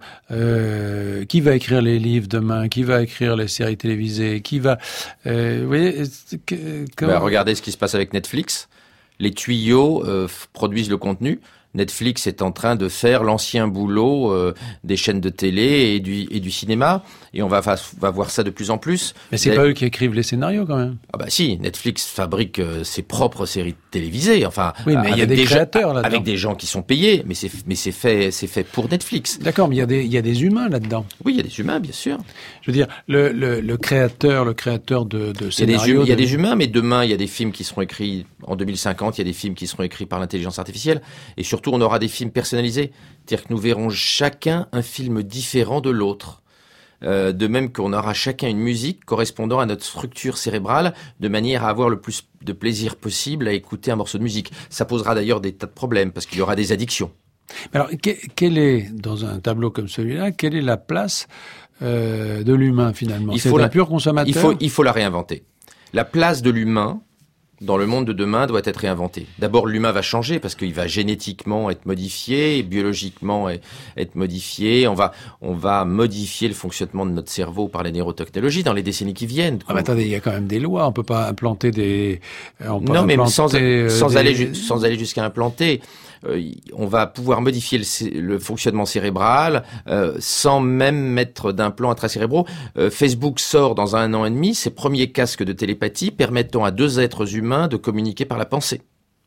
euh, qui va écrire les livres demain, qui va écrire les séries télévisées, qui va, euh, vous voyez, que, que... Bah, regardez ce qui se passe avec Netflix. Les tuyaux euh, f- produisent le contenu. Netflix est en train de faire l'ancien boulot euh, des chaînes de télé et du, et du cinéma, et on va, va, va voir ça de plus en plus. Mais c'est Net... pas eux qui écrivent les scénarios quand même. Ah bah si, Netflix fabrique euh, ses propres séries télévisées, enfin. Oui, mais il y a des, des créateurs là-dedans. Avec des gens qui sont payés, mais c'est mais c'est fait c'est fait pour Netflix. D'accord, mais il y a des il y a des humains là-dedans. Oui, il y a des humains, bien sûr. Je veux dire, le le, le créateur, le créateur de de Il y a des scénarios. il y a de... des humains, mais demain il y a des films qui seront écrits en deux mille cinquante. Il y a des films qui seront écrits par l'intelligence artificielle, et surtout on aura des films personnalisés, c'est-à-dire que nous verrons chacun un film différent de l'autre. Euh, de même qu'on aura chacun une musique correspondant à notre structure cérébrale, de manière à avoir le plus de plaisir possible à écouter un morceau de musique. Ça posera d'ailleurs des tas de problèmes, parce qu'il y aura des addictions. Alors, que, quelle est, dans un tableau comme celui-là, quelle est la place euh, de l'humain finalement? Il C'est faut un la, pur consommateur. Il faut, il faut la réinventer. La place de l'humain dans le monde de demain doit être réinventée. D'abord, l'humain va changer parce qu'il va génétiquement être modifié, biologiquement être modifié. On va, on va modifier le fonctionnement de notre cerveau par les neurotechnologies dans les décennies qui viennent. Ah, mais attendez, il y a quand même des lois. On peut pas implanter des. On peut non, mais implanter, sans, euh, sans des... aller, sans aller jusqu'à implanter. Euh, on va pouvoir modifier le, le fonctionnement cérébral euh, sans même mettre d'implants intracérébraux. Euh, Facebook sort dans un an et demi ses premiers casques de télépathie permettant à deux êtres humains de communiquer par la pensée.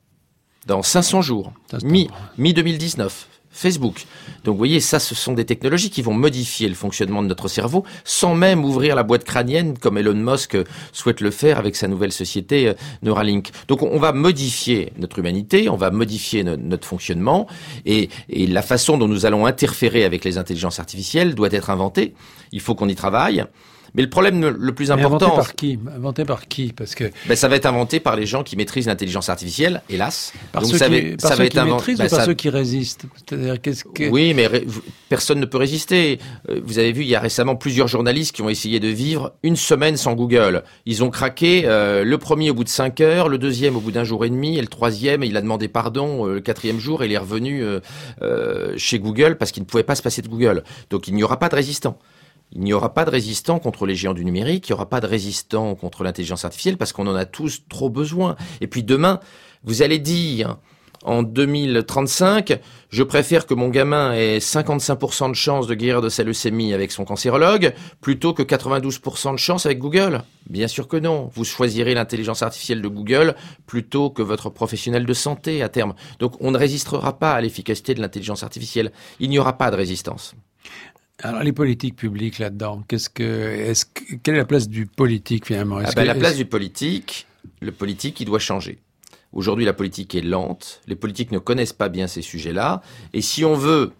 Dans cinq cents jours, mi, mi-deux mille dix-neuf. Facebook. Donc vous voyez, ça, ce sont des technologies qui vont modifier le fonctionnement de notre cerveau sans même ouvrir la boîte crânienne comme Elon Musk souhaite le faire avec sa nouvelle société euh, Neuralink. Donc on va modifier notre humanité, on va modifier no- notre fonctionnement et, et la façon dont nous allons interférer avec les intelligences artificielles doit être inventée. Il faut qu'on y travaille. Mais le problème le plus important... Mais inventé par qui? Inventé par qui? Parce que... Ben, ça va être inventé par les gens qui maîtrisent l'intelligence artificielle, hélas. Par Donc ceux ça va, qui, par ça ceux va être qui invent... maîtrisent ben, ou par ça... ceux qui résistent? C'est-à-dire, qu'est-ce que... Oui, mais ré... personne ne peut résister. Vous avez vu, il y a récemment plusieurs journalistes qui ont essayé de vivre une semaine sans Google. Ils ont craqué, euh, le premier au bout de cinq heures, le deuxième au bout d'un jour et demi, et le troisième, il a demandé pardon euh, le quatrième jour, et il est revenu euh, euh, chez Google parce qu'il ne pouvait pas se passer de Google. Donc il n'y aura pas de résistants. Il n'y aura pas de résistants contre les géants du numérique, il n'y aura pas de résistants contre l'intelligence artificielle parce qu'on en a tous trop besoin. Et puis demain, vous allez dire, en deux mille trente-cinq, je préfère que mon gamin ait cinquante-cinq pour cent de chance de guérir de sa leucémie avec son cancérologue plutôt que quatre-vingt-douze pour cent de chance avec Google. Bien sûr que non. Vous choisirez l'intelligence artificielle de Google plutôt que votre professionnel de santé à terme. Donc on ne résistera pas à l'efficacité de l'intelligence artificielle. Il n'y aura pas de résistance. Alors les politiques publiques là-dedans, qu'est-ce que, est-ce que, quelle est la place du politique finalement? Ah ben, La place du politique, le politique, il doit changer. Aujourd'hui, la politique est lente, les politiques ne connaissent pas bien ces sujets-là, et si on veut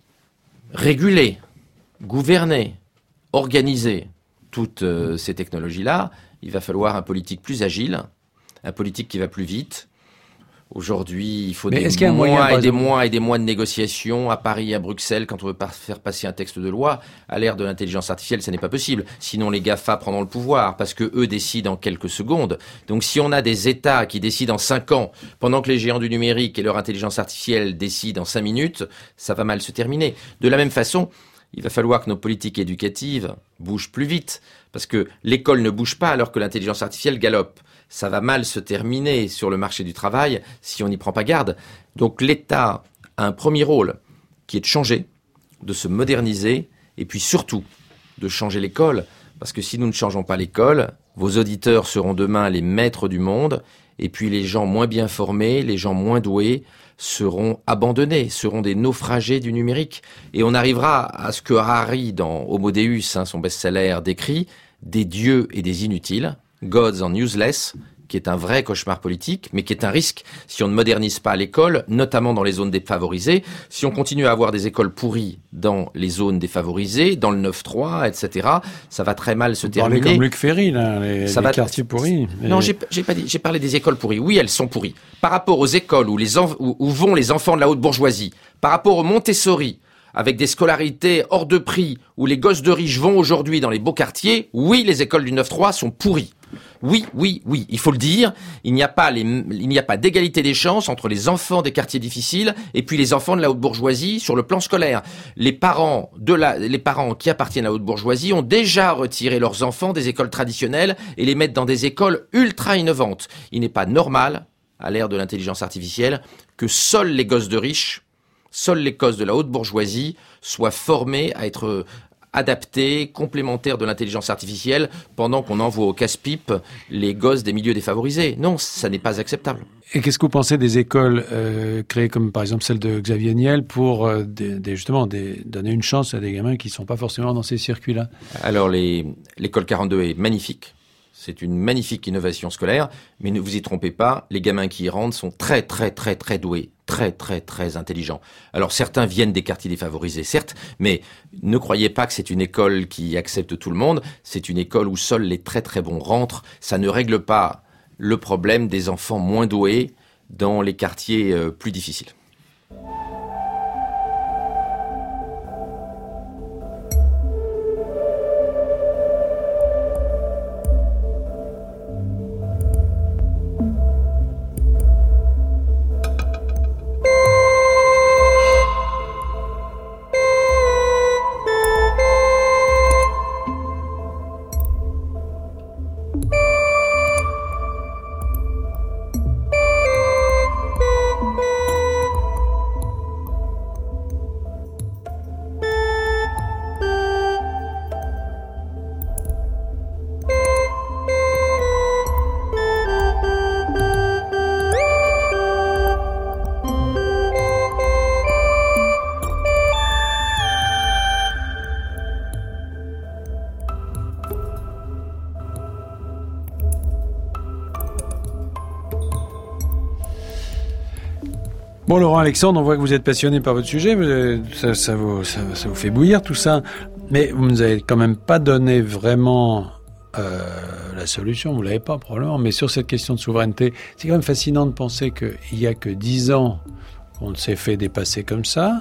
réguler, gouverner, organiser toutes euh, ces technologies-là, il va falloir un politique plus agile, un politique qui va plus vite. Aujourd'hui, il faut Mais des mois mois moyen, et des mois et des mois de négociations à Paris, à Bruxelles, quand on veut pas faire passer un texte de loi. À l'ère de l'intelligence artificielle, ça n'est pas possible. Sinon, les GAFA prendront le pouvoir parce que eux décident en quelques secondes. Donc, si on a des États qui décident en cinq ans, pendant que les géants du numérique et leur intelligence artificielle décident en cinq minutes, ça va mal se terminer. De la même façon, il va falloir que nos politiques éducatives bougent plus vite parce que l'école ne bouge pas alors que l'intelligence artificielle galope. Ça va mal se terminer sur le marché du travail si on n'y prend pas garde. Donc l'État a un premier rôle qui est de changer, de se moderniser et puis surtout de changer l'école. Parce que si nous ne changeons pas l'école, vos auditeurs seront demain les maîtres du monde et puis les gens moins bien formés, les gens moins doués seront abandonnés, seront des naufragés du numérique. Et on arrivera à ce que Harari, dans Homo Deus, hein, son best-seller, décrit, des dieux et des inutiles, Gods and Useless, qui est un vrai cauchemar politique, mais qui est un risque si on ne modernise pas l'école, notamment dans les zones défavorisées. Si on continue à avoir des écoles pourries dans les zones défavorisées, dans le neuf trois, et cetera, ça va très mal se Vous terminer. parlez comme Luc Ferry, là, les, ça les va... quartiers pourris. Non, et... j'ai, j'ai pas dit. J'ai parlé des écoles pourries. Oui, elles sont pourries. Par rapport aux écoles où, les enf... où, où vont les enfants de la haute bourgeoisie, par rapport au Montessori, avec des scolarités hors de prix, où les gosses de riches vont aujourd'hui dans les beaux quartiers, oui, les écoles du neuf trois sont pourries. Oui, oui, oui, il faut le dire, il n'y a pas les, il n'y a pas d'égalité des chances entre les enfants des quartiers difficiles et puis les enfants de la haute bourgeoisie sur le plan scolaire. Les parents de la, les parents qui appartiennent à la haute bourgeoisie ont déjà retiré leurs enfants des écoles traditionnelles et les mettent dans des écoles ultra innovantes. Il n'est pas normal, à l'ère de l'intelligence artificielle, que seuls les gosses de riches, seuls les gosses de la haute bourgeoisie soient formés à être adaptés, complémentaires de l'intelligence artificielle, pendant qu'on envoie au casse-pipe les gosses des milieux défavorisés. Non, ça n'est pas acceptable. Et qu'est-ce que vous pensez des écoles euh, créées comme par exemple celle de Xavier Niel pour euh, des, des, justement des, donner une chance à des gamins qui ne sont pas forcément dans ces circuits-là? Alors les, l'école quarante-deux est magnifique. C'est une magnifique innovation scolaire, mais ne vous y trompez pas, les gamins qui y rentrent sont très très très très doués, très très très intelligents. Alors certains viennent des quartiers défavorisés, certes, mais ne croyez pas que c'est une école qui accepte tout le monde, c'est une école où seuls les très très bons rentrent. Ça ne règle pas le problème des enfants moins doués dans les quartiers euh, plus difficiles. Bon, Laurent Alexandre, on voit que vous êtes passionné par votre sujet, ça, ça, vous, ça, ça vous fait bouillir tout ça, mais vous ne nous avez quand même pas donné vraiment euh, la solution, vous ne l'avez pas probablement, mais sur cette question de souveraineté, c'est quand même fascinant de penser qu'il n'y a que dix ans qu'on s'est fait dépasser comme ça,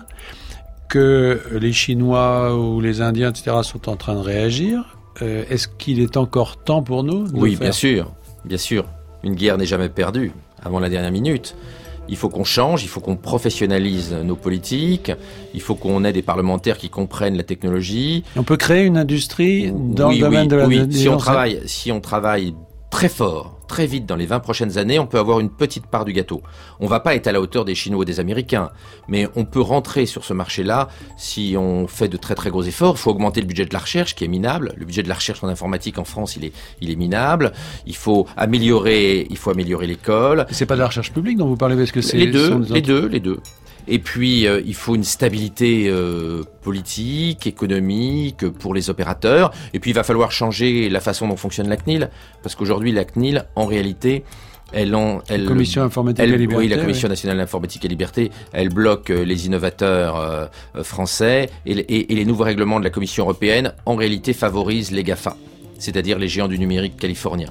que les Chinois ou les Indiens, et cetera, sont en train de réagir. Euh, est-ce qu'il est encore temps pour nous de Oui, faire... bien sûr, bien sûr. Une guerre n'est jamais perdue avant la dernière minute. Il faut qu'on change, il faut qu'on professionnalise nos politiques, il faut qu'on ait des parlementaires qui comprennent la technologie. On peut créer une industrie dans oui, le domaine oui, de la oui. intelligence. Si on travaille, si on travaille très fort, très vite dans les vingt prochaines années, on peut avoir une petite part du gâteau. On va pas être à la hauteur des Chinois ou des Américains, mais on peut rentrer sur ce marché-là si on fait de très très gros efforts. Il faut augmenter le budget de la recherche, qui est minable. Le budget de la recherche en informatique en France, il est, il est minable. Il faut améliorer, il faut améliorer l'école. C'est pas de la recherche publique dont vous parlez, parce que c'est les deux, des les deux, les deux. Et puis, euh, il faut une stabilité euh, politique, économique pour les opérateurs. Et puis, il va falloir changer la façon dont fonctionne la C N I L. Parce qu'aujourd'hui, la C N I L, en réalité, elle... En, elle la Commission informatique elle, et liberté. Oui, la Commission oui. nationale d'informatique et liberté, elle bloque euh, les innovateurs euh, français. Et, et, et les nouveaux règlements de la Commission européenne, en réalité, favorisent les GAFA, c'est-à-dire les géants du numérique californiens.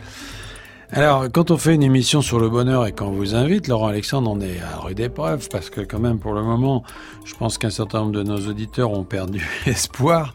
Alors, quand on fait une émission sur le bonheur et qu'on vous invite, Laurent Alexandre, on est à rude épreuve, parce que quand même, pour le moment, je pense qu'un certain nombre de nos auditeurs ont perdu espoir.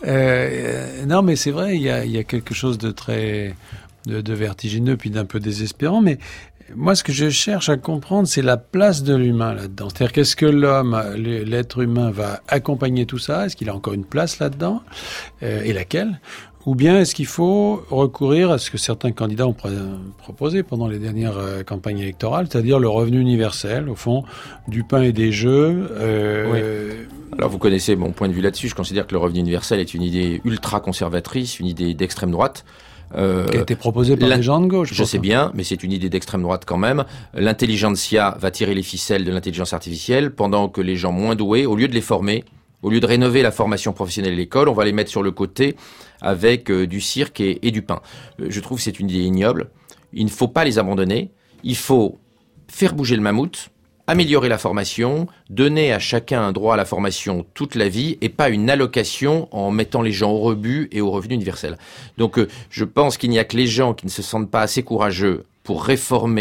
Euh, non, mais c'est vrai, il y a, il y a quelque chose de très de, de vertigineux, puis d'un peu désespérant, mais moi, ce que je cherche à comprendre, c'est la place de l'humain là-dedans. C'est-à-dire, qu'est-ce que l'homme, l'être humain, va accompagner tout ça? Est-ce qu'il a encore une place là-dedans? euh, Et laquelle? Ou bien est-ce qu'il faut recourir à ce que certains candidats ont pr- proposé pendant les dernières euh, campagnes électorales, c'est-à-dire le revenu universel, au fond, du pain et des jeux. Euh, oui. Alors vous connaissez mon point de vue là-dessus. Je considère que le revenu universel est une idée ultra conservatrice, une idée d'extrême droite. Euh, qui a été proposée par les gens de gauche. Je sais bien, mais c'est une idée d'extrême droite quand même. L'intelligentsia va tirer les ficelles de l'intelligence artificielle, pendant que les gens moins doués, au lieu de les former, au lieu de rénover la formation professionnelle à l'école, on va les mettre sur le côté avec euh, du cirque et, et du pain. Euh, je trouve que c'est une idée ignoble. Il ne faut pas les abandonner. Il faut faire bouger le mammouth, améliorer la formation, donner à chacun un droit à la formation toute la vie et pas une allocation en mettant les gens au rebut et au revenu universel. Donc euh, je pense qu'il n'y a que les gens qui ne se sentent pas assez courageux pour réformer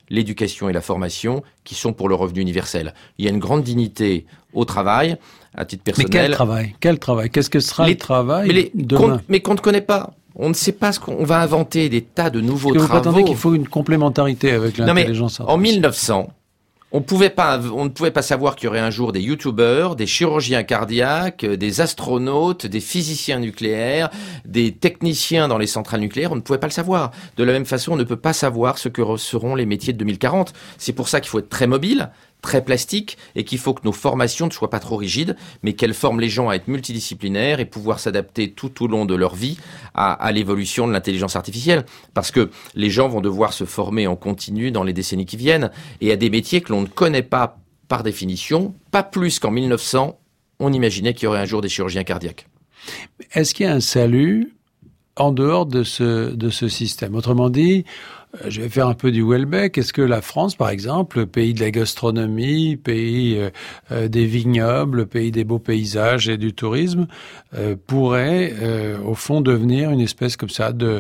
l'éducation et la formation qui sont pour le revenu universel. Il y a une grande dignité au travail, à titre personnel. Mais quel travail ? Quel travail ? Qu'est-ce que sera les, le travail mais les, demain ? qu'on, Mais qu'on ne connaît pas. On ne sait pas ce qu'on on va inventer, des tas de nouveaux Est-ce que travaux. vous prétendez qu'il faut une complémentarité avec l'intelligence non mais, artificielle ? En mille neuf cents, on pouvait pas, on ne pouvait pas savoir qu'il y aurait un jour des youtubeurs, des chirurgiens cardiaques, des astronautes, des physiciens nucléaires, des techniciens dans les centrales nucléaires. On ne pouvait pas le savoir. De la même façon, on ne peut pas savoir ce que seront les métiers de deux mille quarante. C'est pour ça qu'il faut être très mobile, très plastique, et qu'il faut que nos formations ne soient pas trop rigides, mais qu'elles forment les gens à être multidisciplinaires et pouvoir s'adapter tout au long de leur vie à, à l'évolution de l'intelligence artificielle. Parce que les gens vont devoir se former en continu dans les décennies qui viennent, et à des métiers que l'on ne connaît pas par définition, pas plus qu'en mille neuf cents, on imaginait qu'il y aurait un jour des chirurgiens cardiaques. Est-ce qu'il y a un salut en dehors de ce, de ce système ? Autrement dit, je vais faire un peu du Welbeck. Est-ce que la France, par exemple, pays de la gastronomie, pays euh, euh, des vignobles, pays des beaux paysages et du tourisme, euh, pourrait, euh, au fond, devenir une espèce comme ça de,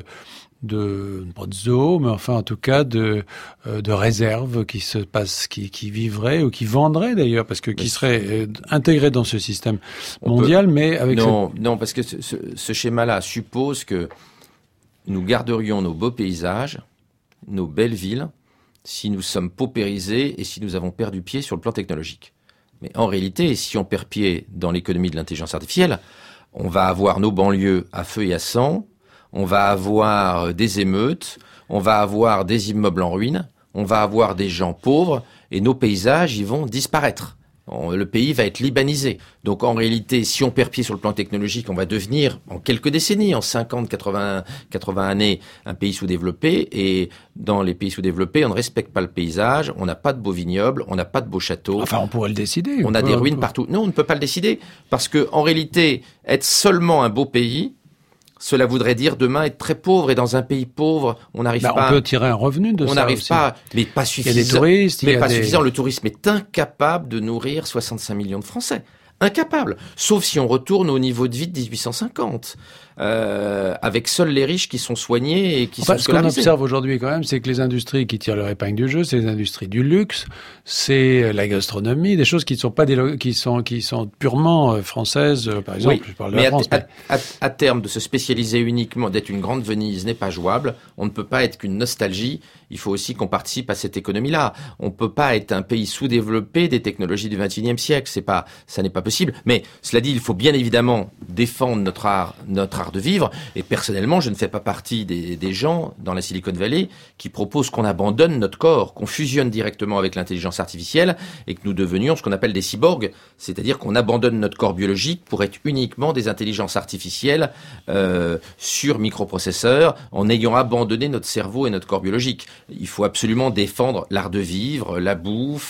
de pas de zoo, mais enfin, en tout cas, de, euh, de réserve qui se passe, qui, qui vivrait ou qui vendrait d'ailleurs, parce que qui serait euh, intégré dans ce système mondial, peut... mais avec non, cette... non, parce que ce, ce, ce schéma-là suppose que nous garderions nos beaux paysages, nos belles villes, si nous sommes paupérisés et si nous avons perdu pied sur le plan technologique. Mais en réalité, si on perd pied dans l'économie de l'intelligence artificielle, on va avoir nos banlieues à feu et à sang, on va avoir des émeutes, on va avoir des immeubles en ruine, on va avoir des gens pauvres et nos paysages, ils vont disparaître. Le pays va être libanisé. Donc en réalité, si on perd pied sur le plan technologique, on va devenir, en quelques décennies, en cinquante, quatre-vingts, quatre-vingts années, un pays sous-développé. Et dans les pays sous-développés, on ne respecte pas le paysage, on n'a pas de beaux vignobles, on n'a pas de beaux châteaux. Enfin, on pourrait le décider. On, on a peut, des ruines partout. Non, on ne peut pas le décider. Parce que en réalité, être seulement un beau pays, cela voudrait dire demain être très pauvre, et dans un pays pauvre, on n'arrive bah, pas. On peut tirer un revenu de on ça. On n'arrive pas, mais pas suffisant. Il y a des touristes, mais il y a pas des... suffisant. Le tourisme est incapable de nourrir soixante-cinq millions de Français. Incapable. Sauf si on retourne au niveau de vie de dix-huit cent cinquante. Euh, avec seuls les riches qui sont soignés et qui enfin, sont scolarisés. Ce qu'on observe aujourd'hui quand même, c'est que les industries qui tirent leur épingle du jeu, c'est les industries du luxe, c'est la gastronomie, des choses qui ne sont pas des, qui sont qui sont purement françaises. Par exemple, oui, je parle de mais la à, France. À, à, à terme, de se spécialiser uniquement, d'être une grande Venise n'est pas jouable. On ne peut pas être qu'une nostalgie. Il faut aussi qu'on participe à cette économie-là. On ne peut pas être un pays sous-développé des technologies du vingt et unième siècle. C'est pas, ça n'est pas possible. Mais cela dit, il faut bien évidemment défendre notre art, notre art de vivre. Et personnellement, je ne fais pas partie des, des gens dans la Silicon Valley qui proposent qu'on abandonne notre corps, qu'on fusionne directement avec l'intelligence artificielle et que nous devenions ce qu'on appelle des cyborgs, c'est-à-dire qu'on abandonne notre corps biologique pour être uniquement des intelligences artificielles euh, sur microprocesseurs, en ayant abandonné notre cerveau et notre corps biologique. Il faut absolument défendre l'art de vivre, la bouffe,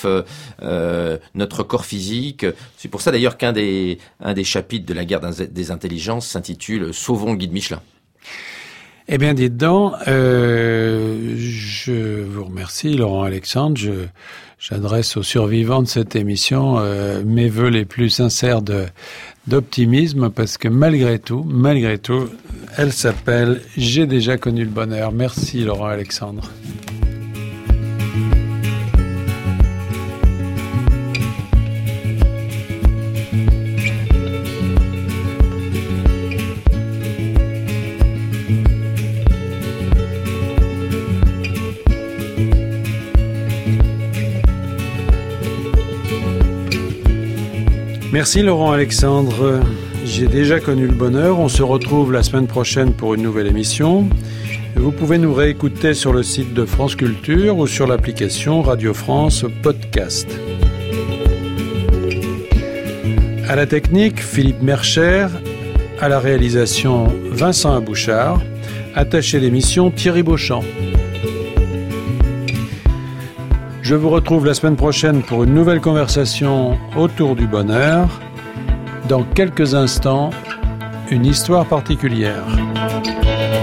euh, notre corps physique. C'est pour ça d'ailleurs qu'un des, un des chapitres de la guerre des intelligences s'intitule « Sauvons le guide Michelin ». Eh bien, dites donc, euh, je vous remercie, Laurent Alexandre. Je, j'adresse aux survivants de cette émission euh, mes vœux les plus sincères de, d'optimisme, parce que malgré tout, malgré tout, elle s'appelle « J'ai déjà connu le bonheur ». Merci, Laurent Alexandre. Merci Laurent Alexandre. J'ai déjà connu le bonheur. On se retrouve la semaine prochaine pour une nouvelle émission. Vous pouvez nous réécouter sur le site de France Culture ou sur l'application Radio France Podcast. À la technique, Philippe Mercher. À la réalisation, Vincent Abouchard. Attaché d'émission, Thierry Beauchamp. Je vous retrouve la semaine prochaine pour une nouvelle conversation autour du bonheur. Dans quelques instants, une histoire particulière.